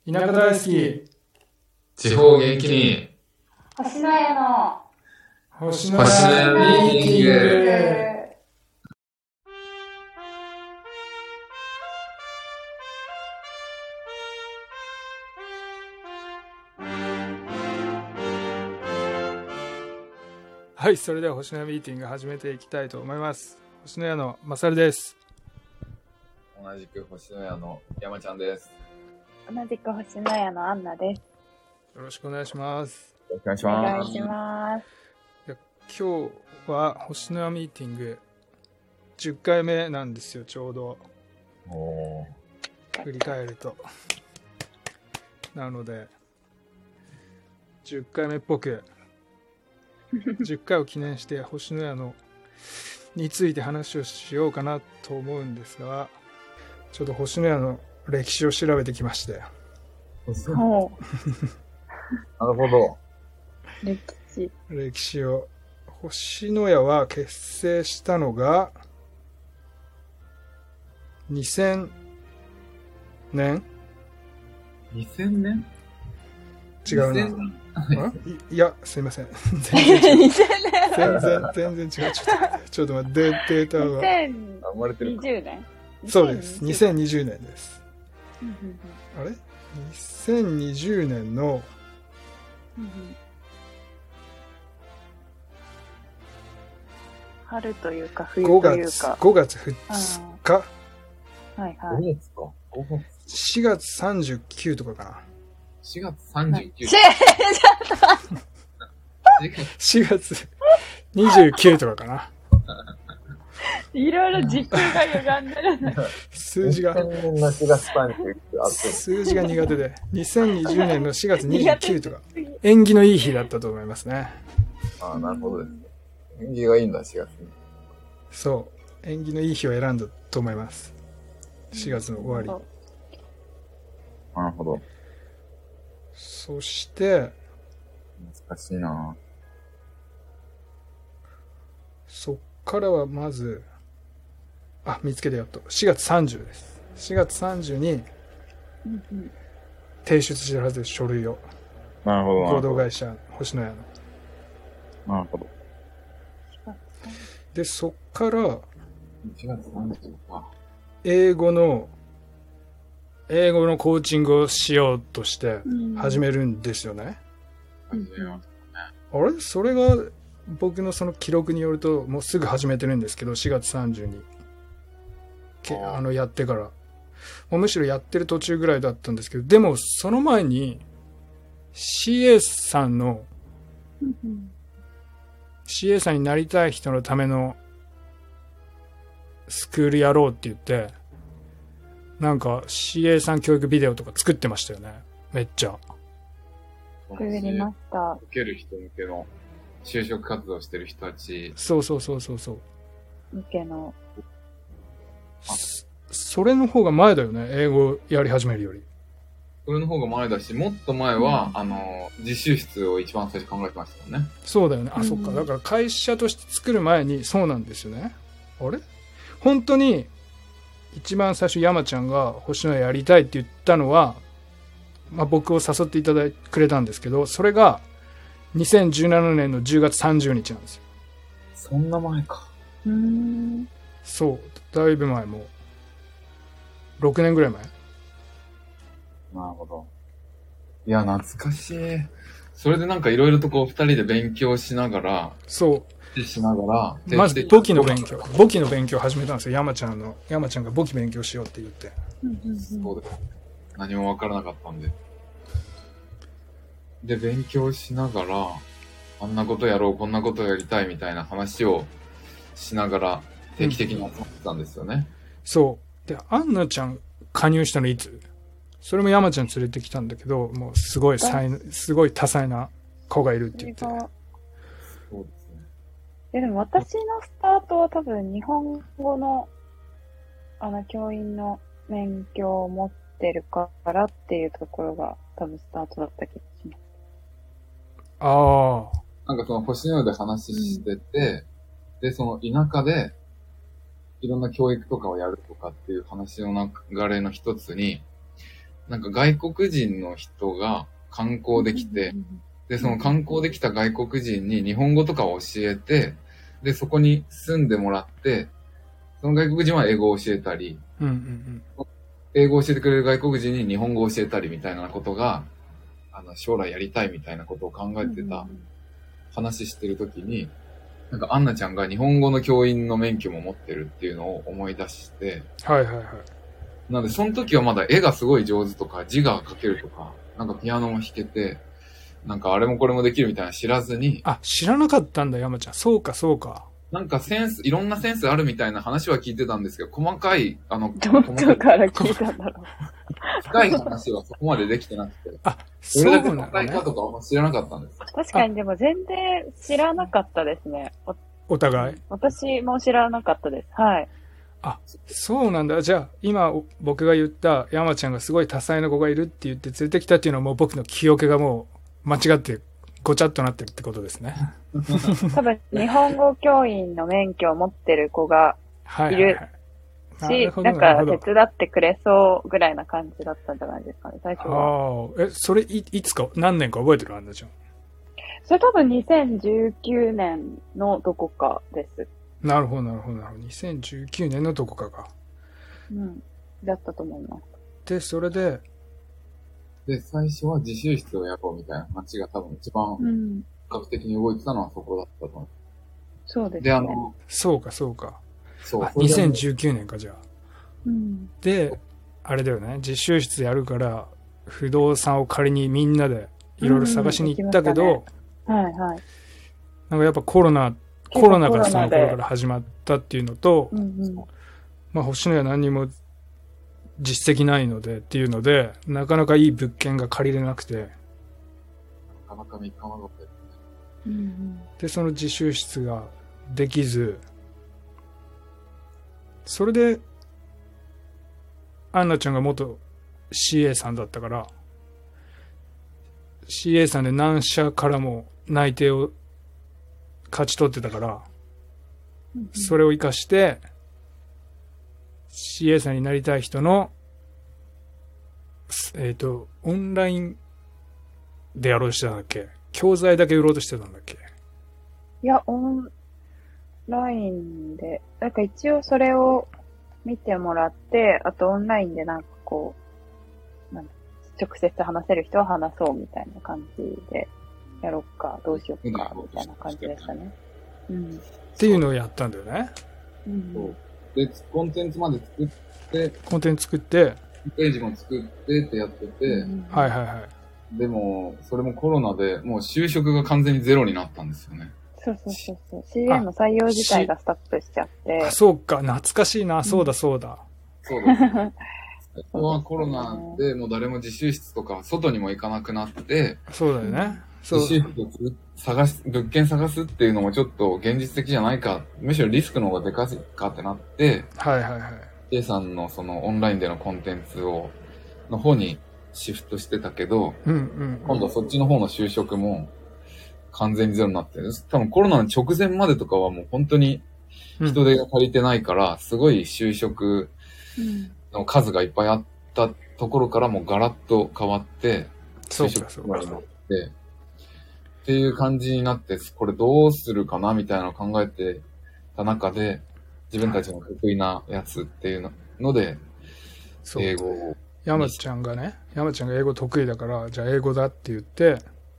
田舎大好き。 地方元気に。 星の家の星の家ミーティング。 はい、それでは星の家ミーティング始めていきたいと思います。星の家のまさるです。 同じく星の家の山ちゃんです。 同じく星の家のアンナです。 よろしくお願いします。 よろしくおお願いし願いします。 今日は星の家ミーティング10回目なんですよ、ちょうど。振り返ると。なので、10回目っぽく、10回を記念して星の家のについて話をしようかなと思うんですが、ちょっと星の家の歴史を調べてきまして。 ほなるほど。 歴史を。星の家は結成したのが2000年 2000年違うな。いや、すいません。全然違う。ちょっと待って、データが。 生まれてる 20年そうです。2020年です。あれ ?2020 年の春というか冬というか 5月2日はいはい。 5月か。 4月39とかかな。 4月39。 4月29とかかな。 いろいろ時空が歪んでるね。 数字が 2000年の4月39あって。 数字が苦手で、2020年の4月29とか、縁起のいい日だったと思いますね。 ああ、なるほどですね。縁起がいいんだ、4月に。 そう、縁起のいい日を選んだと思います。4月の終わり。 なるほど。 そして、 難しいな。 そっからはまず、見つけたよと。4月30です。4月30に提出してるはずです、書類を。 なるほど。 合同会社、星の家の。 なるほど。 で、そっから、 4月30か。 英語のコーチングをしようとして始めるんですよね。 始めましたね。 あれそれが僕のその記録によるともうすぐ始めてるんですけど、4月30にやってからもうむしろやってる途中ぐらいだったんですけど、でもその前に CA さんの CA さんになりたい人のためのスクールやろうって言って、なんか CA さん教育ビデオとか作ってましたよね。めっちゃ作りました。 受ける人向けの就職活動してる人たち。 そう向けの。 それの方が前だよね、英語やり始めるより。 それの方が前だし、もっと前は、実習室を一番最初考えてましたもんね。 そうだよね。そっか。だから会社として作る前にそうなんですよね。あれ本当に一番最初山ちゃんが星の家やりたいって言ったのは、僕を誘っていただいてくれたんですけど、それが2017年の10月30日なんですよ。 そんな前か。 そう、だいぶ前、もう6年ぐらい前。 なるほど。いや、懐かしい。それでなんかいろいろとこう二人で勉強しながら、まず簿記の勉強を始めたんですよ。山ちゃんが簿記勉強しようって言って。そうです。何もわからなかったんで。で、勉強しながら、あんなことやろう、こんなことやりたいみたいな話をしながら定期的に集まってたんですよね。 そう。で、アンナちゃん加入したのいつ？それも山ちゃん連れてきたんだけど、もうすごい多彩な子がいるって言って。そうですね。 でも私のスタートは多分日本語の教員の免許を持ってるからっていうところが多分スタートだった気がします。 なんかその星の上で話してて、で、その田舎でいろんな教育とかをやるとかっていう話の流れの一つに、 なんか外国人の人が観光できて、で、その観光できた外国人に日本語とかを教えて、で、そこに住んでもらって、その外国人は英語を教えたり、英語を教えてくれる外国人に日本語を教えたりみたいなことが、将来やりたいみたいなことを考えてた話してるときに、なんかアンナちゃんが日本語の教員の免許も持ってるっていうのを思い出して、 はいはいはい。 なので、その時はまだ絵がすごい上手とか、字が書けるとか、なんかピアノも弾けて、なんかあれもこれもできるみたいな知らずに。 あ、知らなかったんだ、山ちゃん。そうか、そうか。 なんかいろんなセンスあるみたいな話は聞いてたんですけど、細かい、 どっから聞いたんだろう。 深い話はそこまでできてなくて。 あ、そうなんだ、ね。 どれだけ深いかとかあんま知らなかったんです。 確かにでも全然知らなかったですね。 お互い。 私も知らなかったです。はい。 あ、そうなんだ。じゃあ、今僕が言った山ちゃんがすごい多彩な子がいるって言って連れてきたっていうのはもう僕の記憶がもう間違ってごちゃっとなってるってことですね。 多分、日本語教員の免許を持ってる子がいるし、なんか手伝ってくれそうぐらいな感じだったんじゃないですかね、最初は。 それいつか、何年か覚えてる？アンナちゃん。 それ多分2019年のどこかです。 なるほど、なるほど、なるほど。2019年のどこかが。 うん。だったと思います。 で、それで、 最初は自習室をやろうみたいな話が多分一番本格的に動いてたのはそこだったと思う。 そうですね。 で、そうか、そうか。 そう。 2019年か、じゃあ。 うん。 で、あれだよね。自習室やるから、不動産を借りにみんなでいろいろ探しに行ったけど、 はいはい。 なんかやっぱコロナがその頃から始まったっていうのと、まあ星野屋何にも実績ないのでっていうので、なかなかいい物件が借りれなくて。 なかなか3日も残ってる。 で、その自習室ができず、それで、アンナちゃんが元 CA さんだったから、CA さんで何社からも内定を勝ち取ってたから、それを活かして、CA さんになりたい人の、オンラインでやろうとしてたんだっけ？教材だけ売ろうとしてたんだっけ？ いや、オンラインで、なんか一応それを見てもらって、あとオンラインでなんかこう、直接話せる人は話そうみたいな感じで、やろうか、どうしようか、みたいな感じでしたね。 っていうのをやったんだよね。 そうで、コンテンツまで作って、 コンテンツ作って、 ページも作ってってやってて、 はいはいはい。 でも、それもコロナでもう就職が完全にゼロになったんですよね。 そう。CA の採用自体がスタップしちゃって。 そうか、懐かしいな、そうだそうだ。 そうですね。ここはコロナでもう誰も自習室とか外にも行かなくなって、 そうだよね。 自習室物件探すっていうのもちょっと現実的じゃないか、むしろリスクの方がでかいかってなって、 はいはいはい。 A さんのそのオンラインでのコンテンツの方にシフトしてたけど、今度はそっちの方の就職も完全にゼロになって、多分コロナの直前までとかはもう本当に人手が足りてないから、すごい就職の数がいっぱいあったところからもうガラッと変わって、就職がなって、っていう感じになって、これどうするかなみたいなのを考えてた中で、自分たちの得意なやつっていうので、英語を。 山ちゃんが英語得意だから、じゃあ英語だって言って、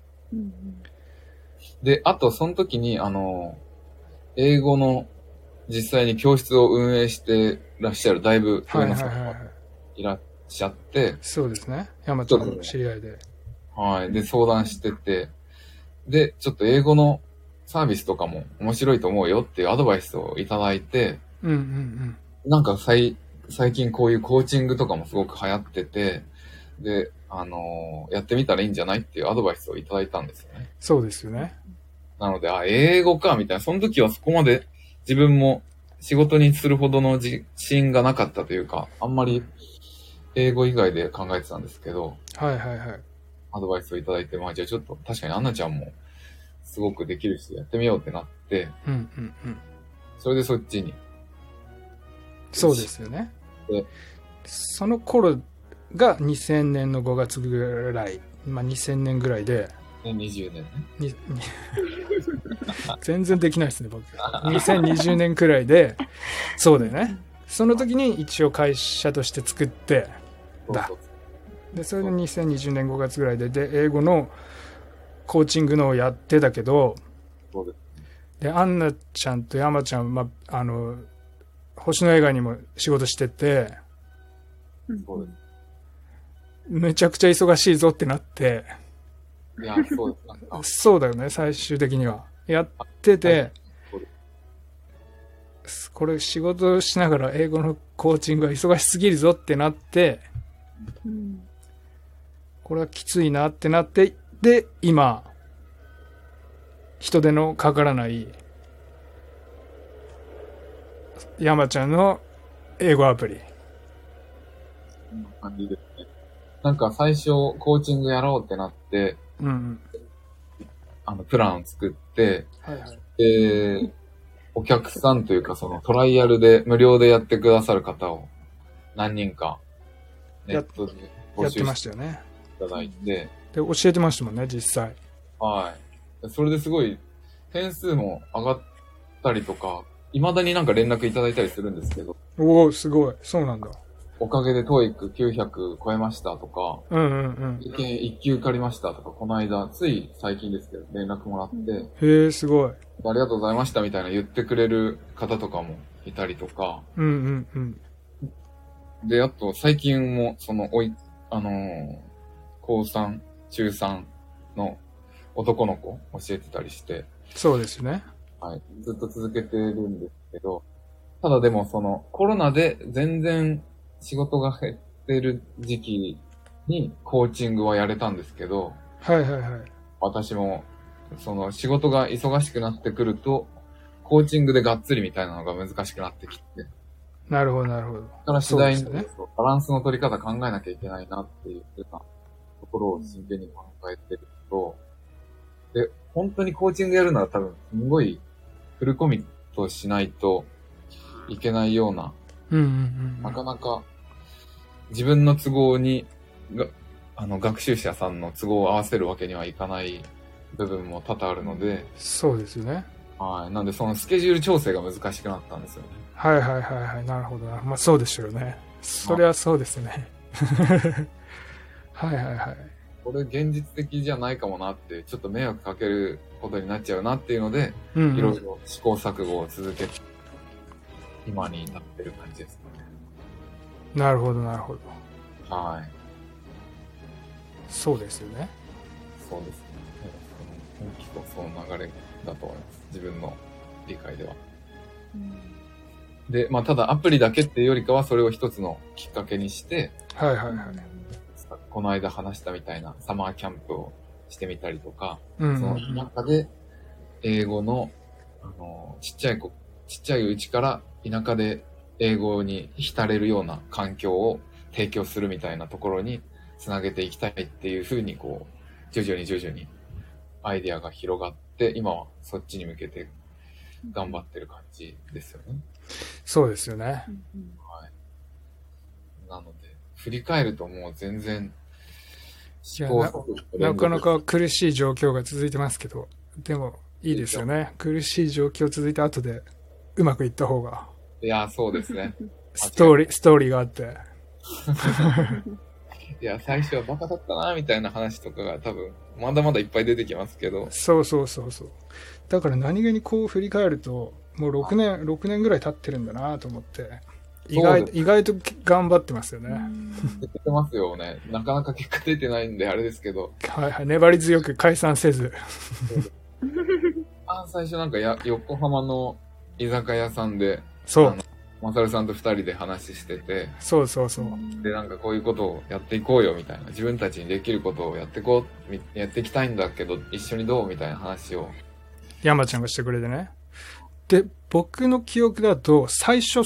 で、あとその時に、英語の実際に教室を運営してらっしゃるだいぶ上の方がいらっしゃって、 そうですね。山ちゃんの知り合いで。 はい。で、相談してて、で、ちょっと英語のサービスとかも面白いと思うよっていうアドバイスをいただいて、なんか最近こういうコーチングとかもすごく流行ってて、で、やってみたらいいんじゃないっていうアドバイスをいただいたんですよね。 そうですよね。 なので、英語か、みたいな。その時はそこまで自分も仕事にするほどの自信がなかったというか、あんまり英語以外で考えてたんですけど、アドバイスをいただいて、じゃあちょっと確かにアンナちゃんもすごくできるし、やってみようってなって、それでそっちに。 そうですよね。その頃が2000年の5月ぐらい、まあ、2000年ぐらいで、 20年ね。 全然できないですね、僕。2020年くらいで、そうだよね。その時に一応会社として作って、だ。で、それで2020年5月ぐらいで、英語のコーチングのをやってたけど、 そうです。 で、アンナちゃんと山ちゃん、まあ、星の映画にも仕事してて、 そうです。 めちゃくちゃ忙しいぞってなって、 いや、そうです。 そうだよね、最終的には。やってて、これ仕事しながら英語のコーチングが忙しすぎるぞってなって、これはきついなってなって、で、今、人手のかからない山ちゃんの英語アプリ。 こんな感じですね。なんか最初コーチングやろうってなって、プランを作って、お客さんというかそのトライアルで無料でやってくださる方を何人かネットで募集していただいて、 で教えてましたもんね、実際。 はい。それですごい点数も上がったりとか、未だになんか連絡いただいたりするんですけど。 おお、すごい。そうなんだ。 おかげで TOEIC900 超えましたとか、1級受かりましたとか、この間、つい最近ですけど、連絡もらって、 へえ、すごい。 ありがとうございましたみたいな言ってくれる方とかもいたりとか、で、あと最近も、高3、中3の男の子教えてたりして、 そうですね。 はい。ずっと続けてるんですけど、ただでもコロナで全然仕事が減ってる時期にコーチングはやれたんですけど、私も仕事が忙しくなってくると、コーチングでがっつりみたいなのが難しくなってきて。 なるほど、なるほど。だから次第に、バランスの取り方考えなきゃいけないなっていうところを真剣に考えてると、で、本当にコーチングやるなら多分、すごいフルコミットしないといけないような、なかなか自分の都合に学習者さんの都合を合わせるわけにはいかない部分も多々あるので。 そうですよね。 はい。なんでそのスケジュール調整が難しくなったんですよね。 はい。なるほどな。まあそうでしょうね。それはそうですね。はい。 これ現実的じゃないかもなって、ちょっと迷惑かけることになっちゃうなっていうので、いろいろ試行錯誤を続けて、今に至ってる感じですね。 なるほど。 はい。 そうですよね。 そうですね。大きくその流れだと思います。自分の理解では。で、まあ、ただアプリだけっていうよりかは、それを一つのきっかけにして、この間話したみたいなサマーキャンプをしてみたりとか、その中で英語の、ちっちゃいうちから田舎で英語に浸れるような環境を提供するみたいなところにつなげていきたいっていうふうに徐々にアイデアが広がって、今はそっちに向けて頑張ってる感じですよね。 そうですよね。はい。 なので、振り返るともう全然なかなか苦しい状況が続いてますけど、でもいいですよね。苦しい状況続いた後でうまくいった方が。 いや、そうですね。 ストーリーがあって。 いや、最初はバカだったな、みたいな話とかが多分、まだまだいっぱい出てきますけど。 そう。だから何気に振り返ると、もう6年ぐらい経ってるんだなと思って、意外と頑張ってますよね。 出てますよね。なかなか結果出てないんであれですけど。 はい、粘り強く解散せず。 最初なんか横浜の居酒屋さんで、マサルさんと2人で話してて。 そう。 で、なんかこういうことをやっていこうよみたいな。自分たちにできることをやっていきたいんだけど、一緒にどうみたいな話を。 山ちゃんがしてくれてね。で、僕の記憶だと、最初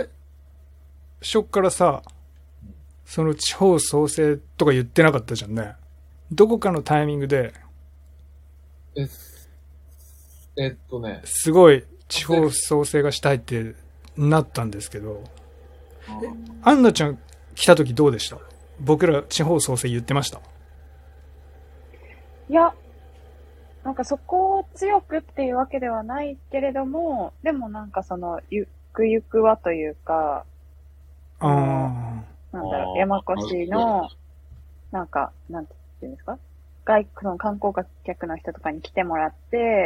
からさ、その地方創生とか言ってなかったじゃんね。どこかのタイミングで。すごい地方創生がしたいってなったんですけど、アンナちゃん来た時どうでした？ 僕ら地方創生言ってました？ いや、なんかそこを強くっていうわけではないけれども、でもなんかその、ゆくゆくはというか、なんだろう、山越の、なんか、なんて言うんですか？外国の観光客の人とかに来てもらって、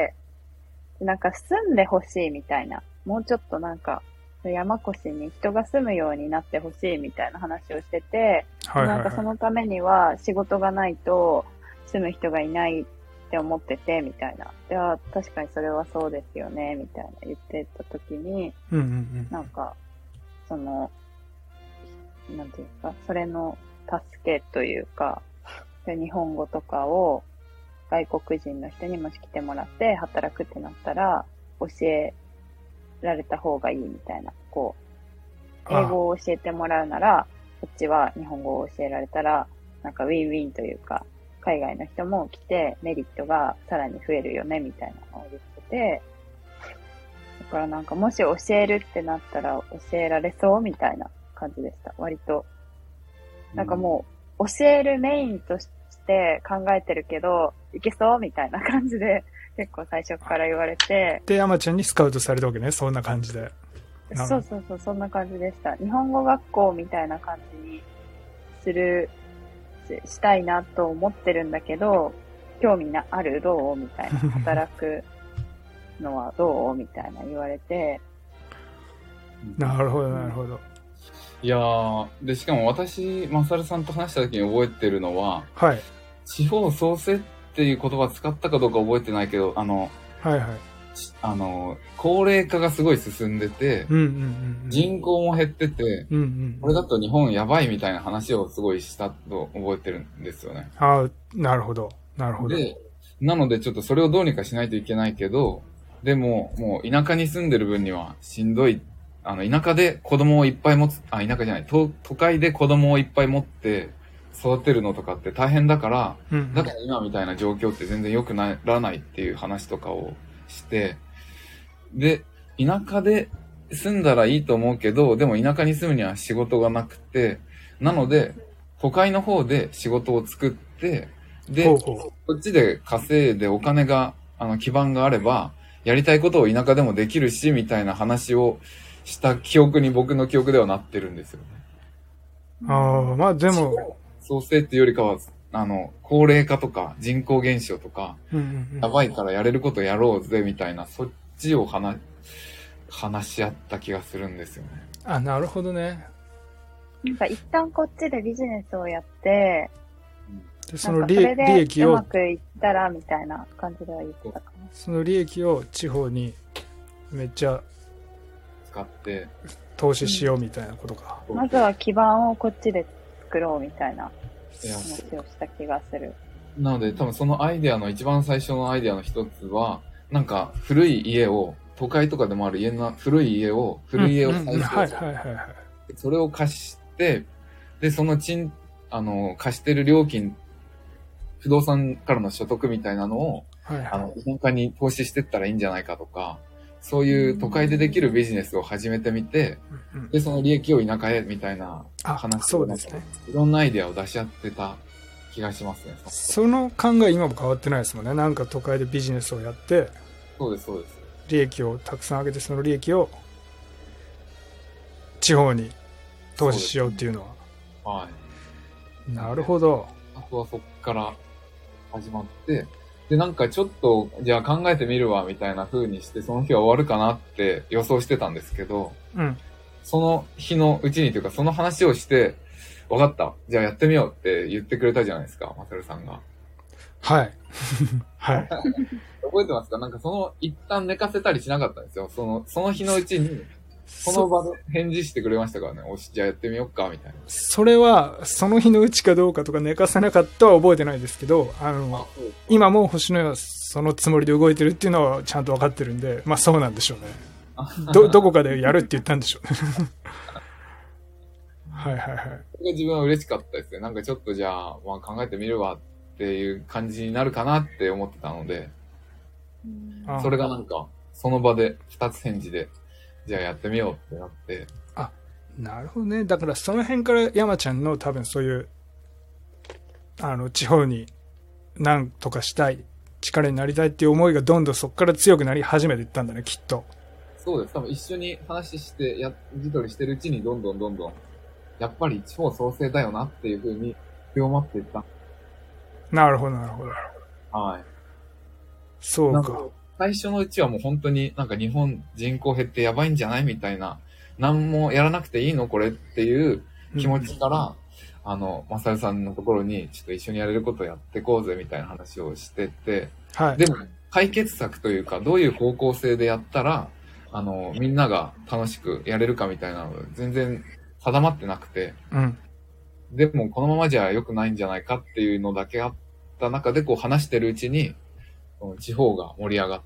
なんか住んでほしいみたいな、もうちょっとなんか、山越に人が住むようになってほしいみたいな話をしてて、なんかそのためには仕事がないと住む人がいないって思ってて、みたいな。いや、確かにそれはそうですよね、みたいな言ってた時に、なんか、その、なんていうんですか、それの助けというか、日本語とかを外国人の人にもし来てもらって働くってなったら、教えられた方がいいみたいな。こう、英語を教えてもらうなら、こっちは日本語を教えられたら、なんかウィンウィンというか、海外の人も来てメリットがさらに増えるよね、みたいなのを言ってて、だからなんかもし教えるってなったら教えられそうみたいな感じでした。割と。なんかもう、教えるメインとして考えてるけど、いけそうみたいな感じで、結構最初から言われて。 で、山ちゃんにスカウトされたわけね、そんな感じで。 そうそうそう、そんな感じでした。日本語学校みたいな感じにしたいなと思ってるんだけど、興味ある？どう？みたいな。働くのはどう？みたいな言われて。 なるほど、なるほど。 いやー、で、しかも私、マサルさんと話した時に覚えてるのは、 はい。 地方創生っていう言葉使ったかどうか覚えてないけど、 はいはい。 高齢化がすごい進んでて、人口も減ってて、これだと日本やばいみたいな話をすごいしたと覚えてるんですよね。 ああ、なるほど。なるほど。 で、なのでちょっとそれをどうにかしないといけないけど、でも、もう田舎に住んでる分にはしんどい。田舎で子供をいっぱい持つ、田舎じゃない、都会で子供をいっぱい持って育てるのとかって大変だから、だから今みたいな状況って全然良くならないっていう話とかをして、で、田舎で住んだらいいと思うけど、でも田舎に住むには仕事がなくて、なので、都会の方で仕事を作って、で、こっちで稼いでお金が、基盤があれば、やりたいことを田舎でもできるし、みたいな話をした僕の記憶ではなってるんですよね。 ああ、まあでも。 創生っていうよりかは、高齢化とか人口減少とか、やばいからやれることやろうぜ、みたいな、そっちを話し合った気がするんですよね。 あ、なるほどね。 なんか一旦こっちでビジネスをやって、 でその利益をうまくいったらみたいな感じでは言ってたかな。 その利益を地方にめっちゃ使って投資しようみたいなことか。 まずは基盤をこっちで作ろうみたいな話をした気がする。 なので多分そのアイデアの一番最初のアイデアの一つは、なんか古い家を、都会とかでもある古い家を再生する。それを貸して、で、その貸してる料金、不動産からの所得みたいなのを、異変化に投資していったらいいんじゃないかとか、そういう都会でできるビジネスを始めてみて、で、その利益を田舎へみたいな話を、 そうですね。 いろんなアイデアを出し合ってた気がしますね。 その考え今も変わってないですもんね。なんか都会でビジネスをやって、 そうです、そうです。 利益をたくさん上げて、その利益を地方に投資しようっていうのは。 はい。 なるほど。 あとはそっから始まって、で、なんかちょっと、じゃあ考えてみるわ、みたいな風にして、その日は終わるかなって予想してたんですけど、その日のうちにというか、その話をして、分かった。じゃあやってみようって言ってくれたじゃないですか、マサルさんが。 はい。はい。 覚えてますか？なんか一旦寝かせたりしなかったんですよ。その日のうちに、その場で返事してくれましたからね。じゃあやってみようか、みたいな。 それは、その日のうちかどうかとか寝かせなかったは覚えてないですけど、今も星野はそのつもりで動いてるっていうのはちゃんと分かってるんで、まあそうなんでしょうね。どこかでやるって言ったんでしょうね。はいはいはい。 それが自分は嬉しかったですね。なんかちょっとじゃあ、まあ考えてみるわっていう感じになるかなって思ってたので、それがなんか、その場で二つ返事で、じゃあやってみようってなって。 あ、なるほどね。だからその辺から山ちゃんの多分そういう地方に何とかしたい、力になりたいっていう思いがどんどんそこから強くなり始めていったんだね、きっと。 そうです。多分一緒に話して、自撮りしてるうちにどんどん、やっぱり地方創生だよなっていう風に強まっていった。 なるほど、なるほど。 はい。 そうか。 最初のうちはもう本当になんか日本人口減ってやばいんじゃないみたいな、何もやらなくていいのこれっていう気持ちから、マサルさんのところにちょっと一緒にやれることをやっていこうぜみたいな話をしてて、 はい。 でも解決策というか、どういう方向性でやったら、みんなが楽しくやれるかみたいなのが全然定まってなくて、 うん。 でもこのままじゃ良くないんじゃないかっていうのだけあった中でこう話してるうちに、地方が盛り上がって、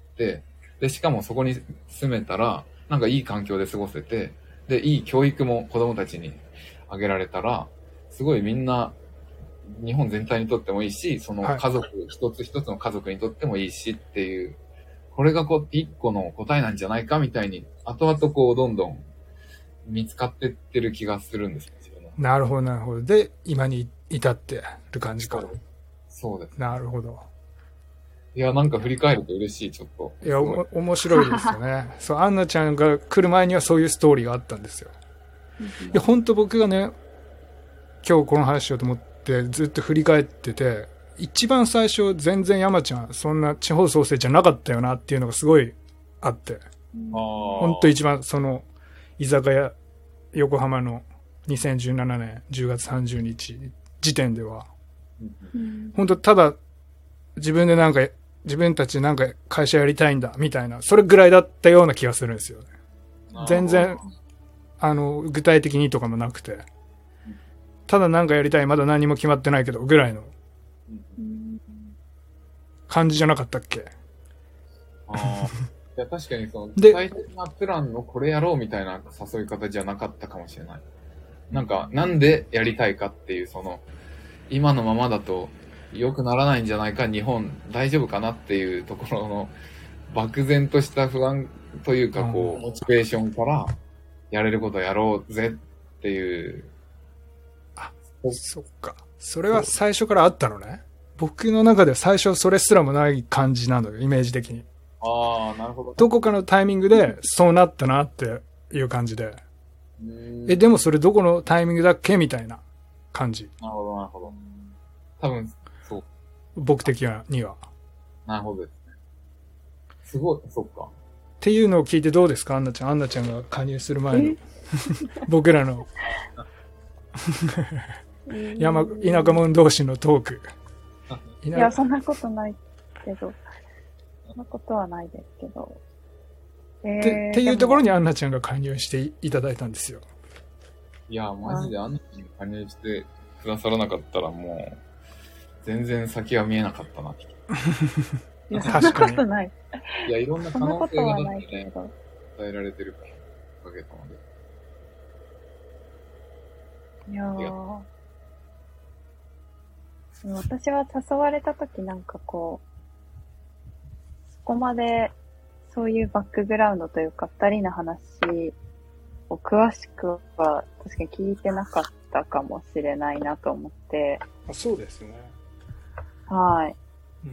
で、しかもそこに住めたら、なんかいい環境で過ごせて、で、いい教育も子供たちにあげられたら、すごいみんな、日本全体にとってもいいし、その家族、一つ一つの家族にとってもいいしっていう、これが一個の答えなんじゃないかみたいに、後々こう、どんどん見つかってってる気がするんですよ。 なるほど、なるほど。で、今に至ってる感じか。 そうです。 なるほど。 いや、なんか振り返ると嬉しい、ちょっと。 いや、面白いですよね。そう、アンナちゃんが来る前にはそういうストーリーがあったんですよ。いや、本当僕がね、今日この話しようと思ってずっと振り返ってて、一番最初全然山ちゃんそんな地方創生じゃなかったよなっていうのがすごいあって、本当一番その居酒屋横浜の2017年10月30日時点では、本当ただ自分たちなんか会社やりたいんだみたいな、それぐらいだったような気がするんですよね。全然具体的にとかもなくて、ただなんかやりたい、まだ何も決まってないけどぐらいの感じじゃなかったっけ。 ああ。いや、確かにその具体的なプランのこれやろうみたいな誘い方じゃなかったかもしれない。なんか、なんでやりたいかっていう、その、今のままだと良くならないんじゃないか、日本大丈夫かなっていうところの漠然とした不安というか、こう、モチベーションからやれることやろうぜっていう。 あ、そっか。それは最初からあったのね。僕の中では最初それすらもない感じなのよ、イメージ的に。 ああ、なるほど。 どこかのタイミングでそうなったなっていう感じで。でもそれどこのタイミングだっけみたいな感じ。 なるほど、なるほど。多分、そう。 僕的には。 なるほどですね。すごい、そっか。 っていうのを聞いてどうですか、アンナちゃん。アンナちゃんが加入する前の僕らの田舎者同士のトーク。 いや、そんなことないけど。そんなことはないですけど。 っていうところにアンナちゃんが加入していただいたんですよ。 いや、マジでアンナちゃんが加入してくださらなかったらもう、全然先は見えなかったなって。 いや、そんなことない。 いや、いろんな可能性がだってね、伝えられてるから、おかげさまで。 いやー。私は誘われたときなんかこう、そこまでそういうバックグラウンドというか、二人の話を詳しくは確かに聞いてなかったかもしれないなと思って。 あ、そうですね。 はい。 うんうん。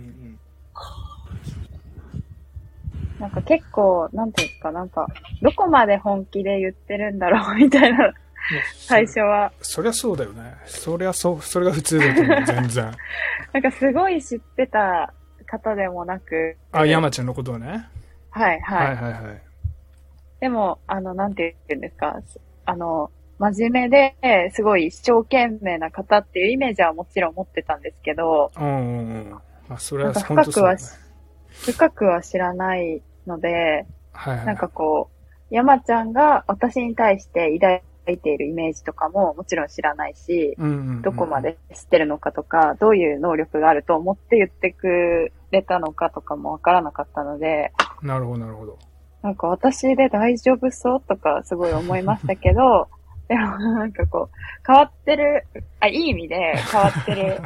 なんか結構、なんていうんですか、なんか、どこまで本気で言ってるんだろうみたいな。最初は。 そりゃそうだよね。それが普通だと思う、全然。 なんかすごい知ってた方でもなく。 あ、山ちゃんのことをね。 はいはい。 はいはいはい。 でも、なんて言うんですか、真面目で、すごい一生懸命な方っていうイメージはもちろん持ってたんですけど。 うんうんうん。まあ、それは本当そう、ね。深くは知らないので、 はいはい。 なんかこう、山ちゃんが私に対して抱いているイメージとかももちろん知らないし、どこまで知ってるのかとか、どういう能力があると思って言ってくれたのかとかもわからなかったので、 なるほどなるほど。 なんか私で大丈夫そうとかすごい思いましたけど、でもなんかこう、変わってる、いい意味で変わってる。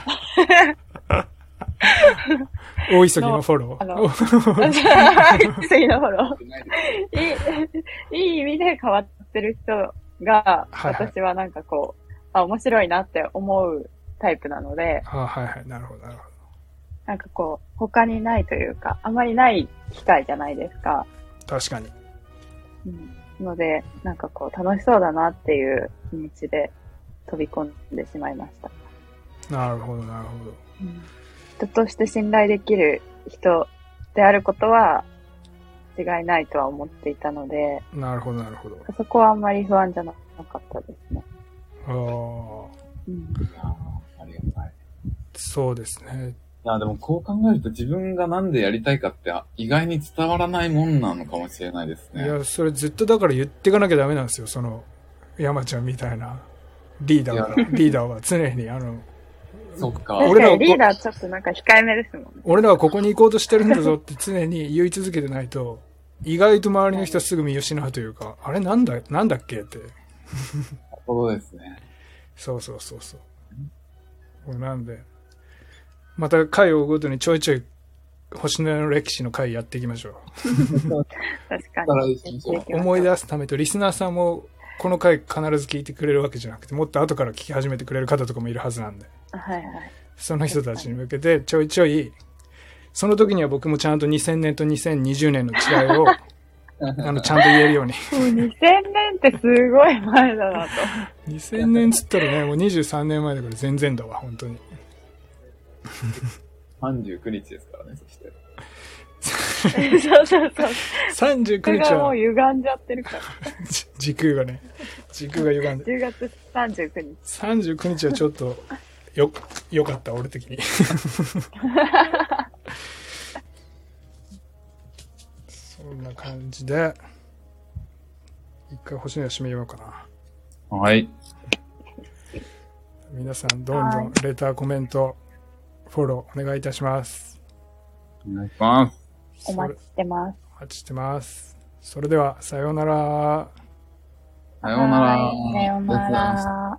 大急ぎのフォロー。 大急ぎのフォロー。いい意味で変わってる人が、私はなんかこう、面白いなって思うタイプなので、 はいはい、なるほど、なるほど。 なんかこう、他にないというか、あまりない機会じゃないですか。 確かに。 ので、なんかこう、楽しそうだなっていう気持ちで飛び込んでしまいました。 なるほど、なるほど。 人として信頼できる人であることは違いないとは思っていたので、 なるほど、なるほど。 そこはあんまり不安じゃなかったですね。 ありがたい。 そうですね。 いや、でもこう考えると自分がなんでやりたいかって意外に伝わらないもんなのかもしれないですね。 いや、それずっとだから言っていかなきゃダメなんですよ。その、山ちゃんみたいなリーダーは常にそっか。 俺らリーダーちょっとなんか控えめですもんね。 俺らはここに行こうとしてるんだぞって常に言い続けてないと、意外と周りの人はすぐ見失うというか、あれなんだっけって。 そうですね。 そう。なんで、また回を追うごとにちょいちょい星のやの歴史の回やっていきましょう。 確かに。 思い出すためと、リスナーさんもこの回必ず聞いてくれるわけじゃなくて、もっと後から聞き始めてくれる方とかもいるはずなんで。 はいはい。 その人たちに向けてちょいちょい、その時には僕もちゃんと2000年と2020年の違いをちゃんと言えるように。 もう2000年ってすごい前だなと。 2000年つったらね、もう23年前だから全然だわ、本当に。 39日ですからね、そして。 そう。 39日は。 もう歪んじゃってるから。 時空が歪んで。 10月39日。 39日はちょっと、よかった、俺的に。そんな感じで、一回星のや締めようかな。はい。 皆さん、どんどんレター、コメント、フォローお願いいたします。 お願いします。 お待ちしてます。 お待ちしてます。それでは、さようなら。 さようなら。 さようなら。